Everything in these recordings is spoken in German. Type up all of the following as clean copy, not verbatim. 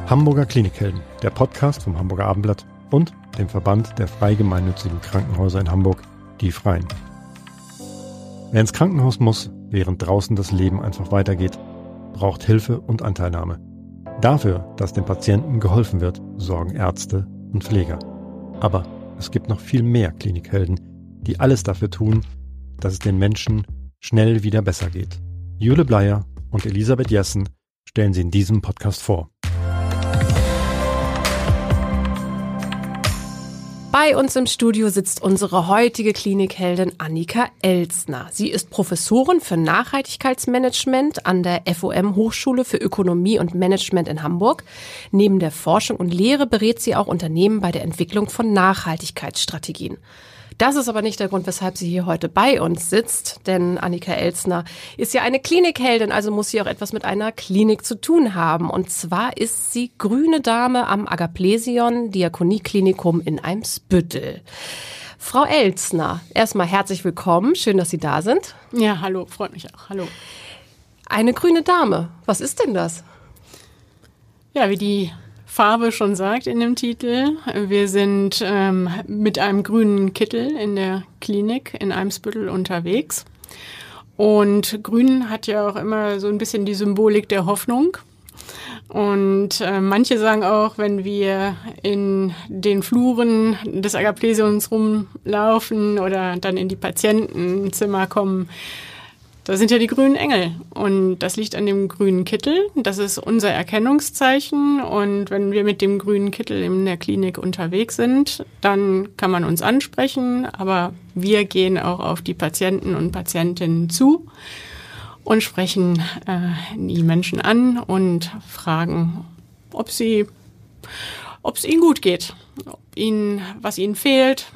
Hamburger Klinikhelden, der Podcast vom Hamburger Abendblatt und dem Verband der frei gemeinnützigen Krankenhäuser in Hamburg, die Freien. Wer ins Krankenhaus muss, während draußen das Leben einfach weitergeht, braucht Hilfe und Anteilnahme. Dafür, dass dem Patienten geholfen wird, sorgen Ärzte und Pfleger. Aber es gibt noch viel mehr Klinikhelden, die alles dafür tun, dass es den Menschen schnell wieder besser geht. Jule Bleier und Elisabeth Jessen stellen sie in diesem Podcast vor. Bei uns im Studio sitzt unsere heutige Klinikheldin Annika Elstner. Sie ist Professorin für Nachhaltigkeitsmanagement an der FOM Hochschule für Ökonomie und Management in Hamburg. Neben der Forschung und Lehre berät sie auch Unternehmen bei der Entwicklung von Nachhaltigkeitsstrategien. Das ist aber nicht der Grund, weshalb sie hier heute bei uns sitzt, denn Annika Elstner ist ja eine Klinikheldin, also muss sie auch etwas mit einer Klinik zu tun haben. Und zwar ist sie grüne Dame am Agaplesion Diakonieklinikum in Eimsbüttel. Frau Elstner, erstmal herzlich willkommen, schön, dass Sie da sind. Ja, hallo, freut mich auch, hallo. Eine grüne Dame, was ist denn das? Ja, wie die Farbe schon sagt in dem Titel. Wir sind mit einem grünen Kittel in der Klinik in Eimsbüttel unterwegs. Und grün hat ja auch immer so ein bisschen die Symbolik der Hoffnung. Und manche sagen auch, wenn wir in den Fluren des Agaplesions rumlaufen oder dann in die Patientenzimmer kommen, da sind ja die grünen Engel und das liegt an dem grünen Kittel. Das ist unser Erkennungszeichen und wenn wir mit dem grünen Kittel in der Klinik unterwegs sind, dann kann man uns ansprechen, aber wir gehen auch auf die Patienten und Patientinnen zu und sprechen die Menschen an und fragen, ob es ihnen gut geht, was ihnen fehlt.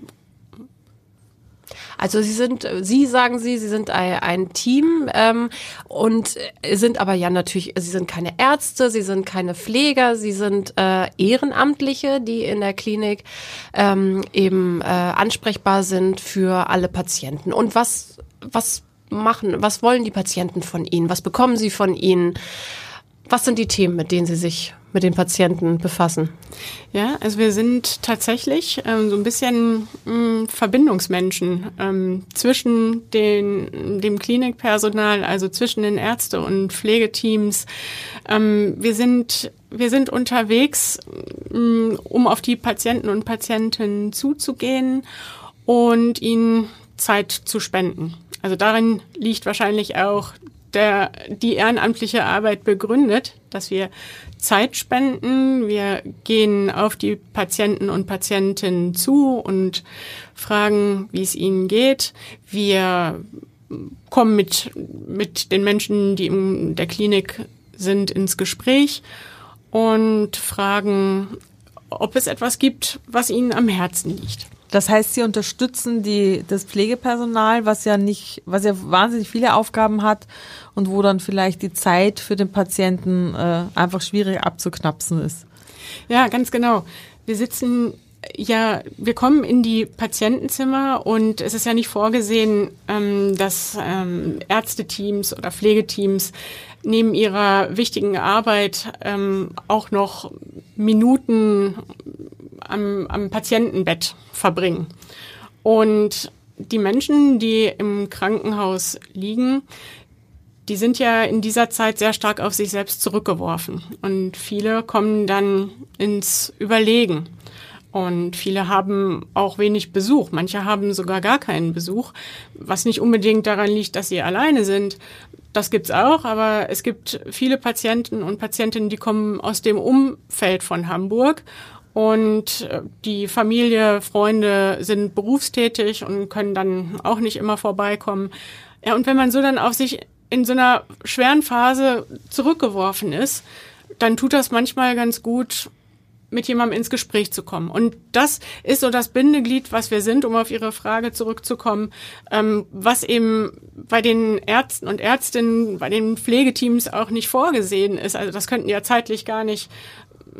Also Sie sind ein Team und sind aber ja natürlich, Sie sind keine Ärzte, Sie sind keine Pfleger, Sie sind Ehrenamtliche, die in der Klinik eben ansprechbar sind für alle Patienten. Und was wollen die Patienten von Ihnen? Was bekommen sie von Ihnen? Was sind die Themen, mit denen Sie sich mit den Patienten befassen? Ja, also wir sind tatsächlich so ein bisschen Verbindungsmenschen zwischen dem Klinikpersonal, also zwischen den Ärzte- und Pflegeteams. Wir sind unterwegs, um auf die Patienten und Patientinnen zuzugehen und ihnen Zeit zu spenden. Also darin liegt wahrscheinlich auch die ehrenamtliche Arbeit begründet, dass wir Zeit spenden. Wir gehen auf die Patienten und Patientinnen zu und fragen, wie es ihnen geht. Wir kommen mit den Menschen, die in der Klinik sind, ins Gespräch und fragen, ob es etwas gibt, was ihnen am Herzen liegt. Das heißt, Sie unterstützen das Pflegepersonal, was ja wahnsinnig viele Aufgaben hat und wo dann vielleicht die Zeit für den Patienten einfach schwierig abzuknapsen ist. Ja, ganz genau. Wir kommen in die Patientenzimmer und es ist ja nicht vorgesehen, dass Ärzteteams oder Pflegeteams neben ihrer wichtigen Arbeit auch noch Minuten am Patientenbett verbringen. Und die Menschen, die im Krankenhaus liegen, die sind ja in dieser Zeit sehr stark auf sich selbst zurückgeworfen. Und viele kommen dann ins Überlegen. Und viele haben auch wenig Besuch. Manche haben sogar gar keinen Besuch, was nicht unbedingt daran liegt, dass sie alleine sind. Das gibt's auch, aber es gibt viele Patienten und Patientinnen, die kommen aus dem Umfeld von Hamburg. Und die Familie, Freunde sind berufstätig und können dann auch nicht immer vorbeikommen. Ja, und wenn man so dann auf sich in so einer schweren Phase zurückgeworfen ist, dann tut das manchmal ganz gut, mit jemandem ins Gespräch zu kommen. Und das ist so das Bindeglied, was wir sind, um auf Ihre Frage zurückzukommen, was eben bei den Ärzten und Ärztinnen, bei den Pflegeteams auch nicht vorgesehen ist. Also das könnten ja zeitlich gar nicht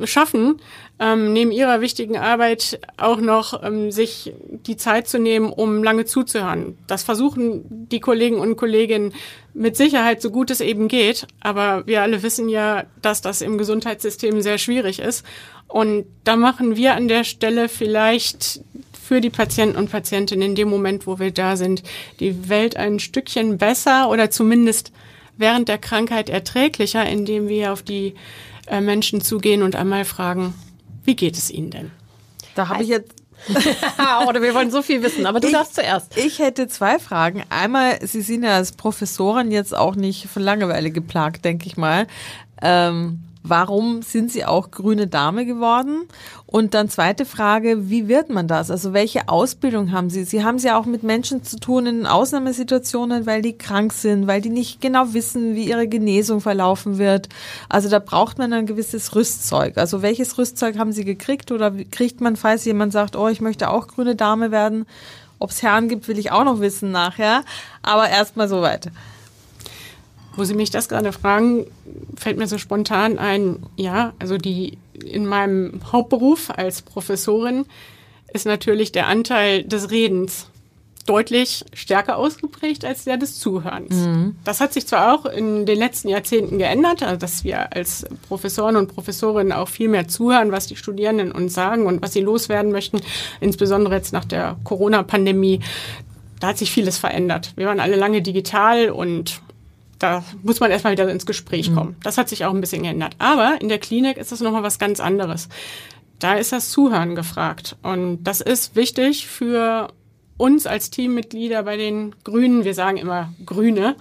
schaffen, neben ihrer wichtigen Arbeit auch noch sich die Zeit zu nehmen, um lange zuzuhören. Das versuchen die Kollegen und Kolleginnen mit Sicherheit, so gut es eben geht. Aber wir alle wissen ja, dass das im Gesundheitssystem sehr schwierig ist. Und da machen wir an der Stelle vielleicht für die Patienten und Patientinnen in dem Moment, wo wir da sind, die Welt ein Stückchen besser oder zumindest während der Krankheit erträglicher, indem wir auf die Menschen zugehen und einmal fragen, wie geht es Ihnen denn? Da habe ich jetzt... Oder wir wollen so viel wissen, aber du darfst zuerst. Ich hätte 2 Fragen. Einmal, Sie sind ja als Professorin jetzt auch nicht von Langeweile geplagt, denke ich mal. Warum sind Sie auch grüne Dame geworden? Und dann zweite Frage, wie wird man das? Also welche Ausbildung haben Sie? Sie haben es ja auch mit Menschen zu tun in Ausnahmesituationen, weil die krank sind, weil die nicht genau wissen, wie ihre Genesung verlaufen wird. Also da braucht man ein gewisses Rüstzeug. Also welches Rüstzeug haben Sie gekriegt oder kriegt man, falls jemand sagt, oh, ich möchte auch grüne Dame werden? Ob es Herren gibt, will ich auch noch wissen nachher. Aber erstmal soweit. Wo Sie mich das gerade fragen, fällt mir so spontan ein, ja, also in meinem Hauptberuf als Professorin ist natürlich der Anteil des Redens deutlich stärker ausgeprägt als der des Zuhörens. Mhm. Das hat sich zwar auch in den letzten Jahrzehnten geändert, also dass wir als Professoren und Professorinnen auch viel mehr zuhören, was die Studierenden uns sagen und was sie loswerden möchten, insbesondere jetzt nach der Corona-Pandemie. Da hat sich vieles verändert. Wir waren alle lange digital und da muss man erstmal wieder ins Gespräch kommen. Das hat sich auch ein bisschen geändert. Aber in der Klinik ist das nochmal was ganz anderes. Da ist das Zuhören gefragt. Und das ist wichtig für uns als Teammitglieder bei den Grünen. Wir sagen immer Grüne.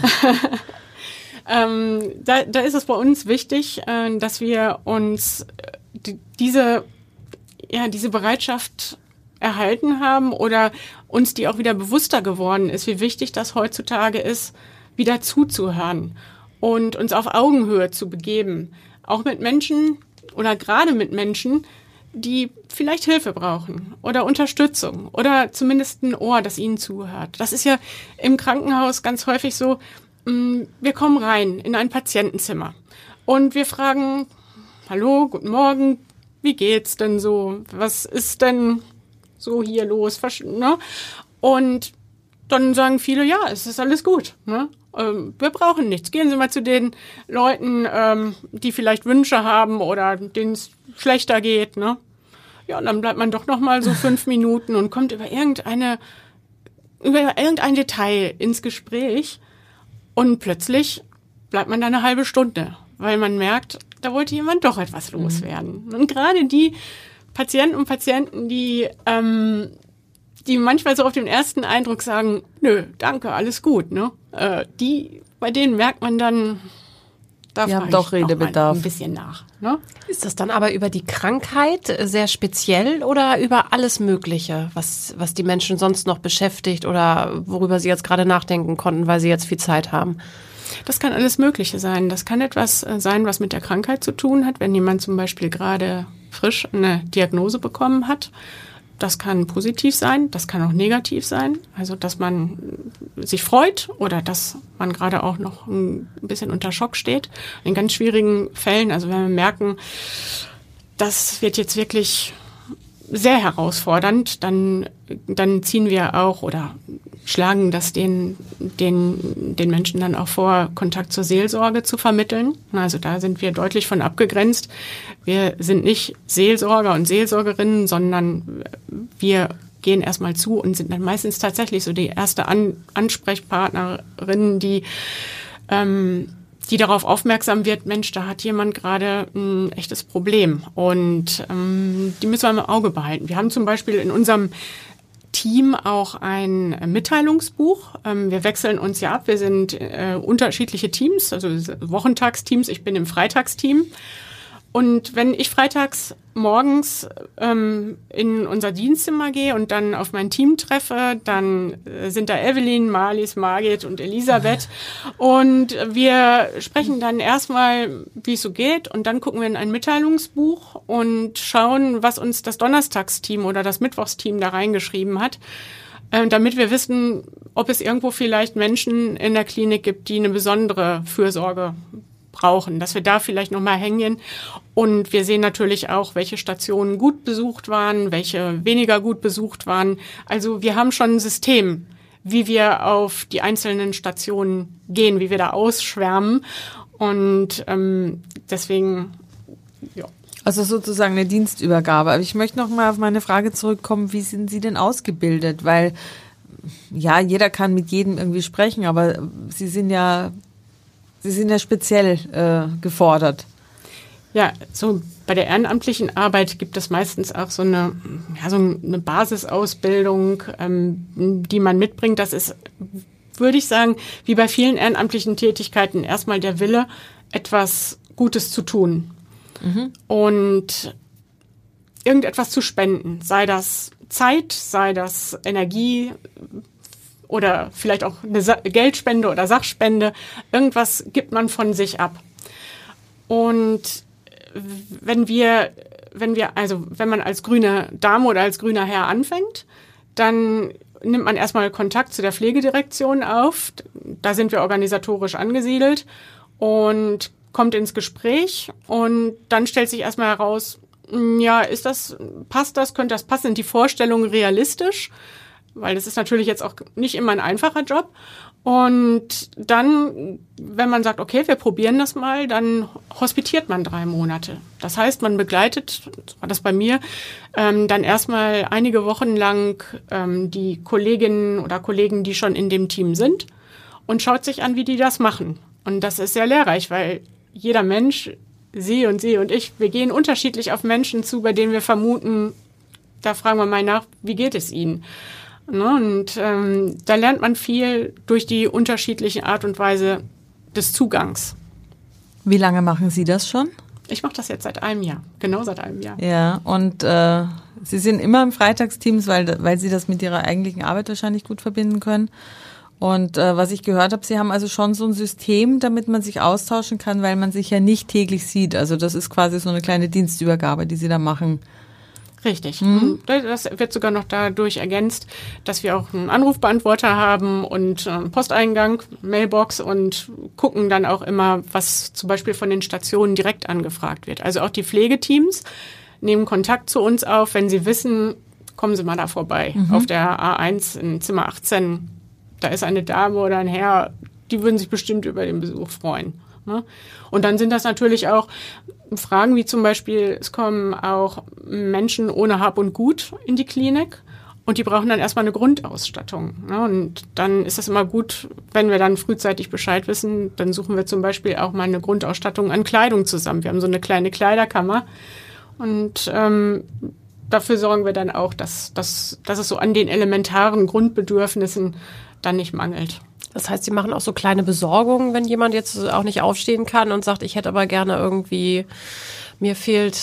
Da ist es bei uns wichtig, dass wir uns diese Bereitschaft erhalten haben oder uns die auch wieder bewusster geworden ist, wie wichtig das heutzutage ist, wieder zuzuhören und uns auf Augenhöhe zu begeben. Auch mit Menschen oder gerade mit Menschen, die vielleicht Hilfe brauchen oder Unterstützung oder zumindest ein Ohr, das ihnen zuhört. Das ist ja im Krankenhaus ganz häufig so, wir kommen rein in ein Patientenzimmer und wir fragen, hallo, guten Morgen, wie geht's denn so? Was ist denn so hier los? Ne? Und dann sagen viele, ja, es ist alles gut. Ne? Wir brauchen nichts. Gehen Sie mal zu den Leuten, die vielleicht Wünsche haben oder denen es schlechter geht. Ne? Ja, und dann bleibt man doch noch mal so 5 Minuten und kommt über irgendein Detail ins Gespräch und plötzlich bleibt man da eine halbe Stunde, weil man merkt, da wollte jemand doch etwas loswerden. Und gerade die Patienten und Patienten, die manchmal so auf den ersten Eindruck sagen, nö, danke, alles gut, ne? Bei denen merkt man dann, da frage ich doch Redebedarf. Ein bisschen nach. Ne? Ist das dann aber über die Krankheit sehr speziell oder über alles Mögliche, was die Menschen sonst noch beschäftigt oder worüber sie jetzt gerade nachdenken konnten, weil sie jetzt viel Zeit haben? Das kann alles Mögliche sein. Das kann etwas sein, was mit der Krankheit zu tun hat, wenn jemand zum Beispiel gerade frisch eine Diagnose bekommen hat. Das kann positiv sein, das kann auch negativ sein. Also, dass man sich freut oder dass man gerade auch noch ein bisschen unter Schock steht. In ganz schwierigen Fällen, also wenn wir merken, das wird jetzt wirklich sehr herausfordernd, dann ziehen wir auch oder schlagen das den Menschen dann auch vor, Kontakt zur Seelsorge zu vermitteln. Also da sind wir deutlich von abgegrenzt. Wir sind nicht Seelsorger und Seelsorgerinnen, sondern wir gehen erstmal zu und sind dann meistens tatsächlich so die erste Ansprechpartnerin, die darauf aufmerksam wird, Mensch, da hat jemand gerade ein echtes Problem und die müssen wir im Auge behalten. Wir haben zum Beispiel in unserem Team auch ein Mitteilungsbuch. Wir wechseln uns ja ab. Wir sind unterschiedliche Teams, also Wochentagsteams. Ich bin im Freitagsteam. Und wenn ich freitags morgens in unser Dienstzimmer gehe und dann auf mein Team treffe, dann sind da Evelyn, Marlies, Margit und Elisabeth. Und wir sprechen dann erstmal, wie es so geht. Und dann gucken wir in ein Mitteilungsbuch und schauen, was uns das Donnerstagsteam oder das Mittwochsteam da reingeschrieben hat, damit wir wissen, ob es irgendwo vielleicht Menschen in der Klinik gibt, die eine besondere Fürsorge brauchen, dass wir da vielleicht nochmal hängen. Und wir sehen natürlich auch, welche Stationen gut besucht waren, welche weniger gut besucht waren. Also wir haben schon ein System, wie wir auf die einzelnen Stationen gehen, wie wir da ausschwärmen. Und deswegen, ja. Also sozusagen eine Dienstübergabe. Aber ich möchte noch mal auf meine Frage zurückkommen, wie sind Sie denn ausgebildet? Weil, ja, jeder kann mit jedem irgendwie sprechen, aber Sie sind ja speziell gefordert. Ja, so bei der ehrenamtlichen Arbeit gibt es meistens auch so eine Basisausbildung, die man mitbringt. Das ist, würde ich sagen, wie bei vielen ehrenamtlichen Tätigkeiten erstmal der Wille, etwas Gutes zu tun. Und irgendetwas zu spenden, sei das Zeit, sei das Energie oder vielleicht auch eine Geldspende oder Sachspende. Irgendwas gibt man von sich ab. Und wenn man als grüne Dame oder als grüner Herr anfängt, dann nimmt man erstmal Kontakt zu der Pflegedirektion auf. Da sind wir organisatorisch angesiedelt und kommt ins Gespräch und dann stellt sich erstmal heraus, ja, passt das, könnte das passen, sind die Vorstellungen realistisch? Weil das ist natürlich jetzt auch nicht immer ein einfacher Job. Und dann, wenn man sagt, okay, wir probieren das mal, dann hospitiert man 3 Monate. Das heißt, man begleitet, so war das bei mir, dann erstmal einige Wochen lang die Kolleginnen oder Kollegen, die schon in dem Team sind und schaut sich an, wie die das machen. Und das ist sehr lehrreich, weil jeder Mensch, Sie und ich, wir gehen unterschiedlich auf Menschen zu, bei denen wir vermuten, da fragen wir mal nach, wie geht es ihnen? Und da lernt man viel durch die unterschiedliche Art und Weise des Zugangs. Wie lange machen Sie das schon? Ich mache das jetzt seit einem Jahr, genau seit einem Jahr. Ja, und Sie sind immer im Freitagsteams, weil Sie das mit Ihrer eigentlichen Arbeit wahrscheinlich gut verbinden können. Und was ich gehört habe, Sie haben also schon so ein System, damit man sich austauschen kann, weil man sich ja nicht täglich sieht. Also das ist quasi so eine kleine Dienstübergabe, die Sie da machen. Richtig. Das wird sogar noch dadurch ergänzt, dass wir auch einen Anrufbeantworter haben und Posteingang, Mailbox und gucken dann auch immer, was zum Beispiel von den Stationen direkt angefragt wird. Also auch die Pflegeteams nehmen Kontakt zu uns auf, wenn sie wissen, kommen Sie mal da vorbei. Auf der A1 in Zimmer 18, da ist eine Dame oder ein Herr, die würden sich bestimmt über den Besuch freuen. Und dann sind das natürlich auch Fragen wie zum Beispiel, es kommen auch Menschen ohne Hab und Gut in die Klinik und die brauchen dann erstmal eine Grundausstattung. Und dann ist es immer gut, wenn wir dann frühzeitig Bescheid wissen, dann suchen wir zum Beispiel auch mal eine Grundausstattung an Kleidung zusammen. Wir haben so eine kleine Kleiderkammer und dafür sorgen wir dann auch, dass es so an den elementaren Grundbedürfnissen dann nicht mangelt. Das heißt, Sie machen auch so kleine Besorgungen, wenn jemand jetzt auch nicht aufstehen kann und sagt, ich hätte aber gerne irgendwie, mir fehlt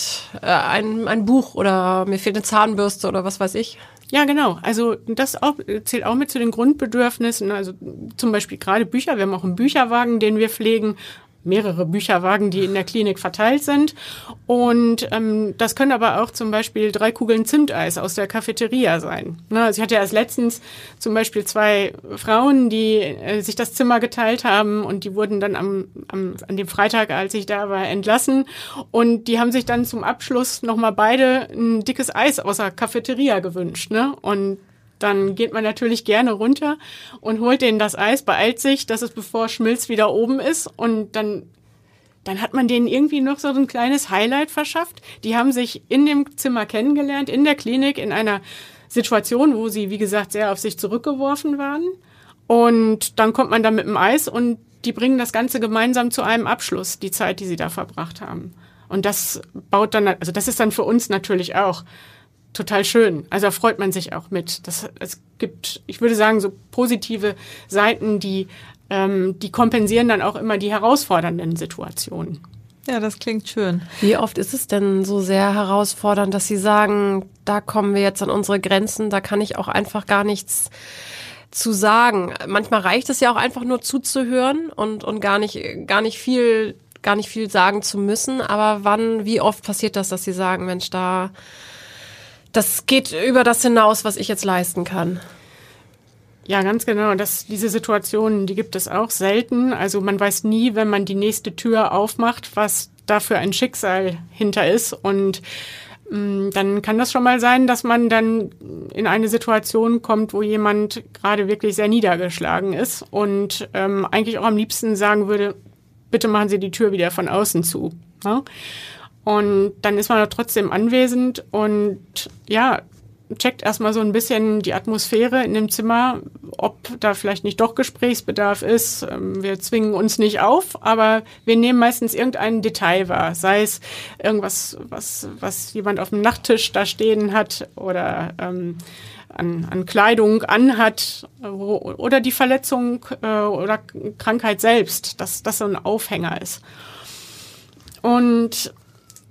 ein Buch oder mir fehlt eine Zahnbürste oder was weiß ich. Ja, genau. Also das zählt auch mit zu den Grundbedürfnissen. Also zum Beispiel gerade Bücher. Wir haben auch einen Bücherwagen, den wir pflegen. Mehrere Bücherwagen, die in der Klinik verteilt sind. Und das können aber auch zum Beispiel 3 Kugeln Zimteis aus der Cafeteria sein. Also ich hatte erst letztens zum Beispiel 2 Frauen, die sich das Zimmer geteilt haben und die wurden dann an dem Freitag, als ich da war, entlassen. Und die haben sich dann zum Abschluss nochmal beide ein dickes Eis aus der Cafeteria gewünscht. Und dann geht man natürlich gerne runter und holt denen das Eis, beeilt sich, dass es bevor Schmilz wieder oben ist und dann hat man denen irgendwie noch so ein kleines Highlight verschafft. Die haben sich in dem Zimmer kennengelernt, in der Klinik, in einer Situation, wo sie, wie gesagt, sehr auf sich zurückgeworfen waren. Und dann kommt man da mit dem Eis und die bringen das Ganze gemeinsam zu einem Abschluss, die Zeit, die sie da verbracht haben. Und das baut dann, also das ist dann für uns natürlich auch total schön. Also da freut man sich auch mit. Es gibt, ich würde sagen, so positive Seiten, die kompensieren dann auch immer die herausfordernden Situationen. Ja, das klingt schön. Wie oft ist es denn so sehr herausfordernd, dass Sie sagen, da kommen wir jetzt an unsere Grenzen, da kann ich auch einfach gar nichts zu sagen. Manchmal reicht es ja auch einfach nur zuzuhören und gar nicht viel sagen zu müssen. Aber wie oft passiert das, dass Sie sagen, Mensch, das geht über das hinaus, was ich jetzt leisten kann? Ja, ganz genau. Diese Situationen, die gibt es auch selten. Also man weiß nie, wenn man die nächste Tür aufmacht, was da für ein Schicksal hinter ist. Und dann kann das schon mal sein, dass man dann in eine Situation kommt, wo jemand gerade wirklich sehr niedergeschlagen ist und eigentlich auch am liebsten sagen würde, bitte machen Sie die Tür wieder von außen zu. Ja? Und dann ist man trotzdem anwesend und ja, checkt erstmal so ein bisschen die Atmosphäre in dem Zimmer, ob da vielleicht nicht doch Gesprächsbedarf ist. Wir zwingen uns nicht auf, aber wir nehmen meistens irgendein Detail wahr. Sei es irgendwas, was jemand auf dem Nachttisch da stehen hat oder an Kleidung anhat oder die Verletzung oder Krankheit selbst, dass das so ein Aufhänger ist. Und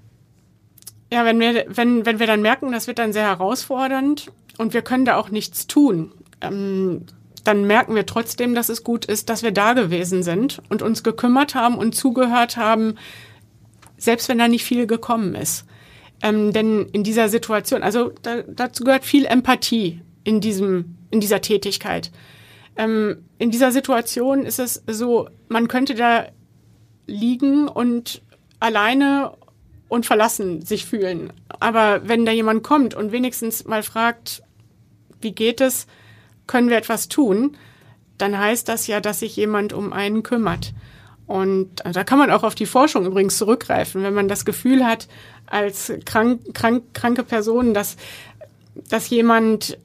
ja, wenn wir dann merken, das wird dann sehr herausfordernd und wir können da auch nichts tun, dann merken wir trotzdem, dass es gut ist, dass wir da gewesen sind und uns gekümmert haben und zugehört haben, selbst wenn da nicht viel gekommen ist. Denn in dieser Situation, also dazu gehört viel Empathie in dieser Tätigkeit. In dieser Situation ist es so, man könnte da liegen und alleine und verlassen sich fühlen. Aber wenn da jemand kommt und wenigstens mal fragt, wie geht es, können wir etwas tun, dann heißt das ja, dass sich jemand um einen kümmert. Und da kann man auch auf die Forschung übrigens zurückgreifen, wenn man das Gefühl hat, als kranke Person, dass jemand,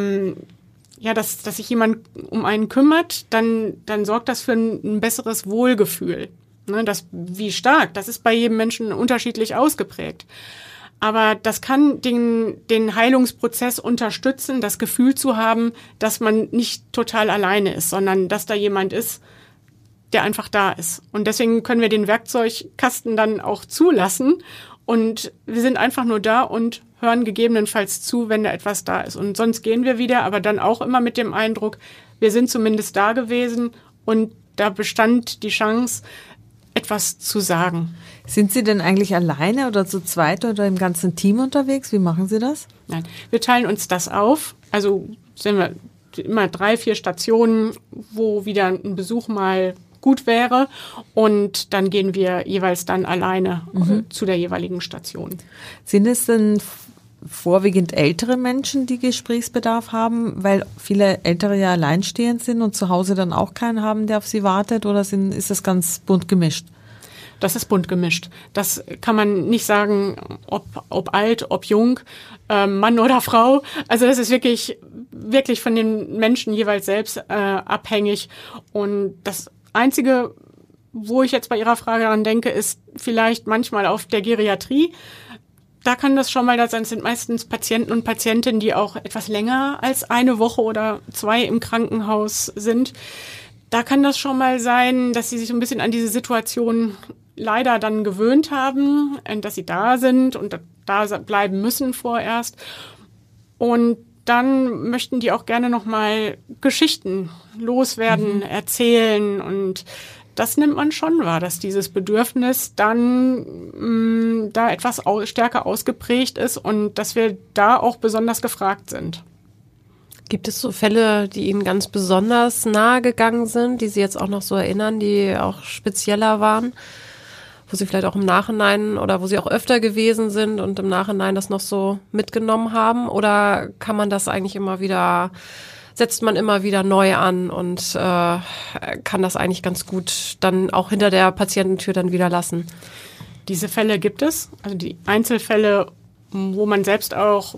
dass sich jemand um einen kümmert, dann sorgt das für ein besseres Wohlgefühl. Ne, wie stark, das ist bei jedem Menschen unterschiedlich ausgeprägt. Aber das kann den Heilungsprozess unterstützen, das Gefühl zu haben, dass man nicht total alleine ist, sondern dass da jemand ist, der einfach da ist. Und deswegen können wir den Werkzeugkasten dann auch zulassen. Und wir sind einfach nur da und hören gegebenenfalls zu, wenn da etwas da ist. Und sonst gehen wir wieder, aber dann auch immer mit dem Eindruck, wir sind zumindest da gewesen und da bestand die Chance, etwas zu sagen. Sind Sie denn eigentlich alleine oder zu zweit oder im ganzen Team unterwegs? Wie machen Sie das? Nein, wir teilen uns das auf. Also sind wir immer 3-4 Stationen, wo wieder ein Besuch mal gut wäre. Und dann gehen wir jeweils dann alleine zu der jeweiligen Station. Sind es denn vorwiegend ältere Menschen, die Gesprächsbedarf haben, weil viele Ältere ja alleinstehend sind und zu Hause dann auch keinen haben, der auf sie wartet, oder ist das ganz bunt gemischt? Das ist bunt gemischt. Das kann man nicht sagen, ob alt, ob jung, Mann oder Frau. Also das ist wirklich von den Menschen jeweils selbst abhängig. Und das Einzige, wo ich jetzt bei Ihrer Frage daran denke, ist vielleicht manchmal auf der Geriatrie. Da kann das schon mal da sein. Es sind meistens Patienten und Patientinnen, die auch etwas länger als 1 Woche oder 2 im Krankenhaus sind. Da kann das schon mal sein, dass sie sich so ein bisschen an diese Situation leider dann gewöhnt haben, dass sie da sind und da bleiben müssen vorerst. Und dann möchten die auch gerne noch mal Geschichten loswerden, erzählen, und das nimmt man schon wahr, dass dieses Bedürfnis dann da etwas stärker ausgeprägt ist und dass wir da auch besonders gefragt sind. Gibt es so Fälle, die Ihnen ganz besonders nahe gegangen sind, die Sie jetzt auch noch so erinnern, die auch spezieller waren, wo Sie vielleicht auch im Nachhinein oder wo Sie auch öfter gewesen sind und im Nachhinein das noch so mitgenommen haben? Oder kann man das eigentlich setzt man immer wieder neu an und kann das eigentlich ganz gut dann auch hinter der Patiententür dann wieder lassen? Diese Fälle gibt es, also die Einzelfälle, wo man selbst auch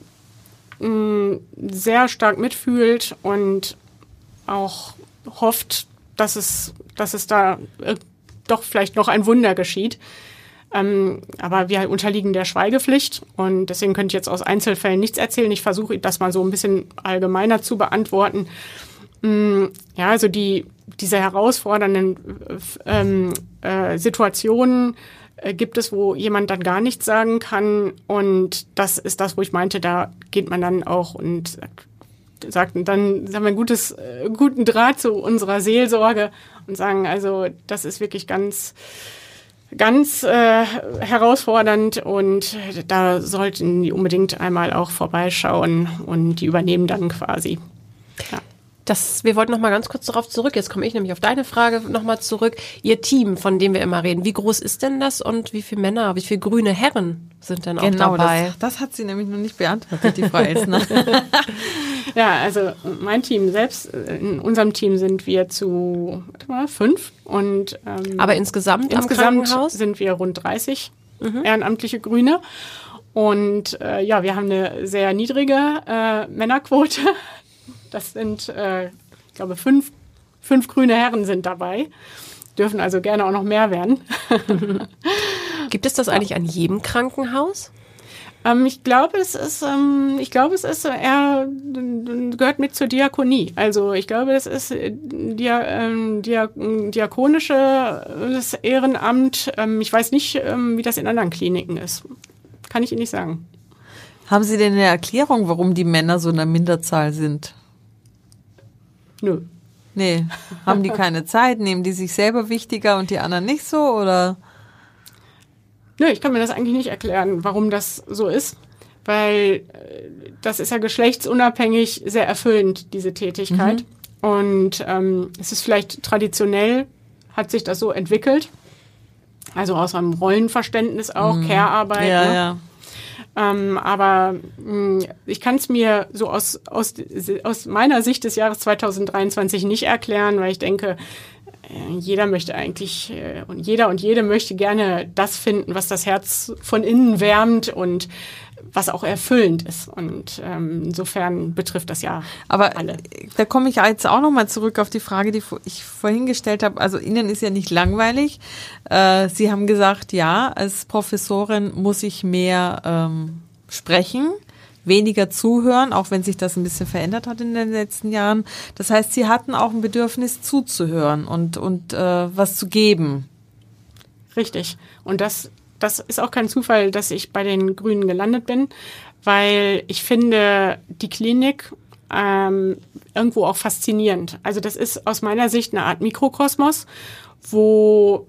sehr stark mitfühlt und auch hofft, dass es da doch vielleicht noch ein Wunder geschieht. Aber wir unterliegen der Schweigepflicht und deswegen könnte ich jetzt aus Einzelfällen nichts erzählen. Ich versuche, das mal so ein bisschen allgemeiner zu beantworten. Ja, also diese herausfordernden Situationen gibt es, wo jemand dann gar nichts sagen kann, und das ist das, wo ich meinte, da geht man dann auch und sagt, dann haben wir einen guten Draht zu unserer Seelsorge und sagen, also das ist wirklich ganz herausfordernd und da sollten die unbedingt einmal auch vorbeischauen, und die übernehmen dann quasi. Ja. Wir wollten noch mal ganz kurz darauf zurück. Jetzt komme ich nämlich auf deine Frage noch mal zurück. Ihr Team, von dem wir immer reden, wie groß ist denn das und wie viele Männer, wie viele grüne Herren sind denn auch dabei? Genau, das hat sie nämlich noch nicht beantwortet, die Frau Elstner. Ja, also mein Team selbst, in unserem Team sind wir zu 5. Und, aber insgesamt am Krankenhaus sind wir rund 30 ehrenamtliche Grüne. Und wir haben eine sehr niedrige Männerquote. Das sind, ich glaube, 5 grüne Herren sind dabei. Dürfen also gerne auch noch mehr werden. Gibt es das eigentlich an jedem Krankenhaus? Ich glaube, es ist eher, gehört mit zur Diakonie. Also ich glaube, es ist diakonisches Ehrenamt. Ich weiß nicht, wie das in anderen Kliniken ist. Kann ich Ihnen nicht sagen. Haben Sie denn eine Erklärung, warum die Männer so in der Minderzahl sind? Nö. Nee, haben die keine Zeit? Nehmen die sich selber wichtiger und die anderen nicht so, oder? Nö, ich kann mir das eigentlich nicht erklären, warum das so ist, weil das ist ja geschlechtsunabhängig sehr erfüllend, diese Tätigkeit. Und es ist vielleicht traditionell, hat sich das so entwickelt, also aus einem Rollenverständnis auch, Care-Arbeit. Ja, ne? ja. Aber ich kann es mir so aus meiner Sicht des Jahres 2023 nicht erklären, weil ich denke, jeder möchte eigentlich und jeder und jede möchte gerne das finden, was das Herz von innen wärmt und was auch erfüllend ist. Und insofern betrifft das ja aber alle. Da komme ich jetzt auch nochmal zurück auf die Frage, die ich vorhin gestellt habe. Also Ihnen ist ja nicht langweilig. Sie haben gesagt, ja, als Professorin muss ich mehr sprechen, weniger zuhören, auch wenn sich das ein bisschen verändert hat in den letzten Jahren. Das heißt, Sie hatten auch ein Bedürfnis zuzuhören und was zu geben. Richtig. Und das ist auch kein Zufall, dass ich bei den Grünen gelandet bin, weil ich finde die Klinik irgendwo auch faszinierend. Also das ist aus meiner Sicht eine Art Mikrokosmos, wo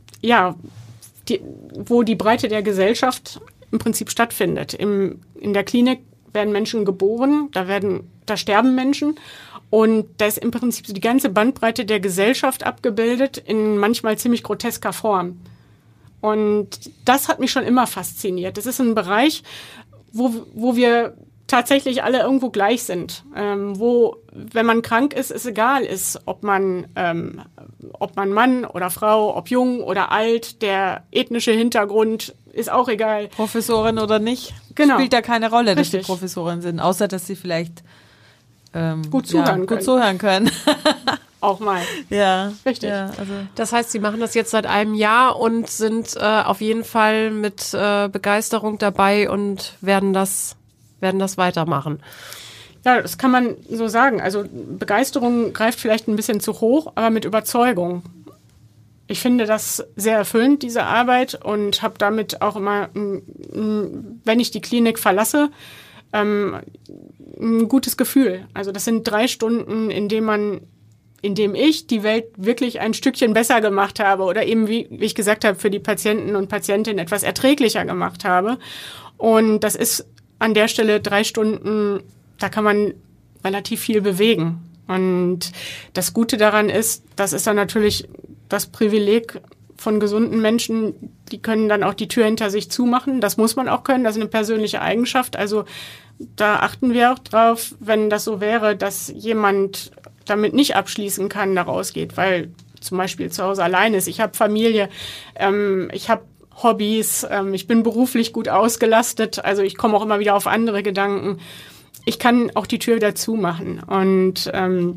die Breite der Gesellschaft im Prinzip stattfindet. In der Klinik werden Menschen geboren, da sterben Menschen und da ist im Prinzip so die ganze Bandbreite der Gesellschaft abgebildet in manchmal ziemlich grotesker Form. Und das hat mich schon immer fasziniert. Das ist ein Bereich, wo wir tatsächlich alle irgendwo gleich sind. Wo, wenn man krank ist, es egal ist, ob man Mann oder Frau, ob jung oder alt, der ethnische Hintergrund ist auch egal. Professorin oder nicht, genau. Spielt da keine Rolle, dass Richtig. Sie Professorin sind, außer dass Sie vielleicht gut zuhören können. Auch mal. Ja, richtig. Ja, also. Das heißt, Sie machen das jetzt seit einem Jahr und sind auf jeden Fall mit Begeisterung dabei und werden das weitermachen. Ja, das kann man so sagen. Also Begeisterung greift vielleicht ein bisschen zu hoch, aber mit Überzeugung. Ich finde das sehr erfüllend, diese Arbeit, und habe damit auch immer, wenn ich die Klinik verlasse, ein gutes Gefühl. Also das sind 3 Stunden, in dem ich die Welt wirklich ein Stückchen besser gemacht habe oder eben, wie ich gesagt habe, für die Patienten und Patientinnen etwas erträglicher gemacht habe. Und das ist an der Stelle 3 Stunden, da kann man relativ viel bewegen. Und das Gute daran ist, das ist dann natürlich das Privileg von gesunden Menschen, die können dann auch die Tür hinter sich zumachen. Das muss man auch können, das ist eine persönliche Eigenschaft. Also da achten wir auch drauf, wenn das so wäre, dass jemand damit nicht abschließen kann, da rausgeht, weil zum Beispiel zu Hause allein ist. Ich habe Familie, ich habe Hobbys, ich bin beruflich gut ausgelastet, also ich komme auch immer wieder auf andere Gedanken. Ich kann auch die Tür wieder zumachen und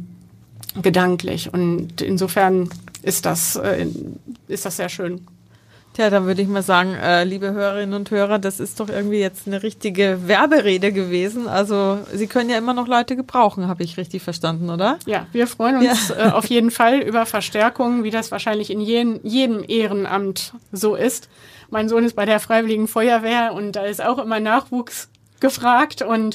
gedanklich, und insofern ist das sehr schön. Tja, dann würde ich mal sagen, liebe Hörerinnen und Hörer, das ist doch irgendwie jetzt eine richtige Werberede gewesen. Also Sie können ja immer noch Leute gebrauchen, habe ich richtig verstanden, oder? Ja, wir freuen uns auf jeden Fall über Verstärkung, wie das wahrscheinlich in jedem Ehrenamt so ist. Mein Sohn ist bei der Freiwilligen Feuerwehr und da ist auch immer Nachwuchs gefragt, und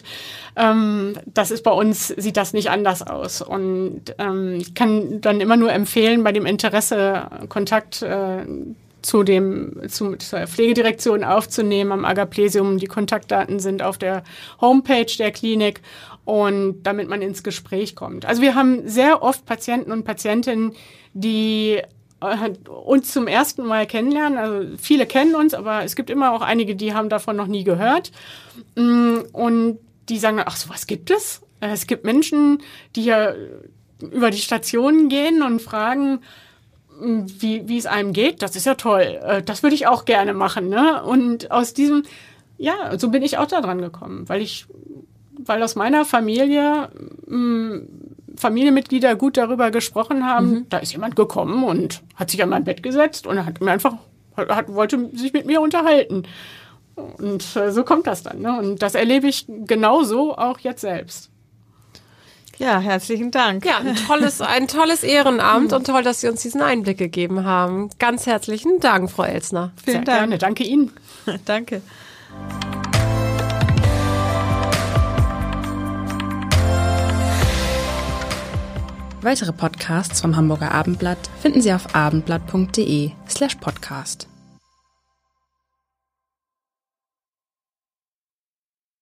das ist bei uns, sieht das nicht anders aus. Und ich kann dann immer nur empfehlen, bei dem Interesse Kontakt zur Pflegedirektion aufzunehmen am Agaplesium. Die Kontaktdaten sind auf der Homepage der Klinik, und damit man ins Gespräch kommt. Also wir haben sehr oft Patienten und Patientinnen, die uns zum ersten Mal kennenlernen. Also viele kennen uns, aber es gibt immer auch einige, die haben davon noch nie gehört. Und die sagen, ach, sowas gibt es? Es gibt Menschen, die hier über die Stationen gehen und fragen, wie es einem geht. Das ist ja toll. Das würde ich auch gerne machen, ne? Und aus diesem, ja, so bin ich auch da dran gekommen, weil aus meiner Familie Familienmitglieder gut darüber gesprochen haben. Da ist jemand gekommen und hat sich an mein Bett gesetzt und hat mir einfach wollte sich mit mir unterhalten. Und so kommt das dann, ne? Und das erlebe ich genauso auch jetzt selbst. Ja, herzlichen Dank. Ja, ein tolles Ehrenamt und toll, dass Sie uns diesen Einblick gegeben haben. Ganz herzlichen Dank, Frau Elstner. Vielen Dank. Gerne. Danke Ihnen. Danke. Weitere Podcasts vom Hamburger Abendblatt finden Sie auf abendblatt.de/podcast.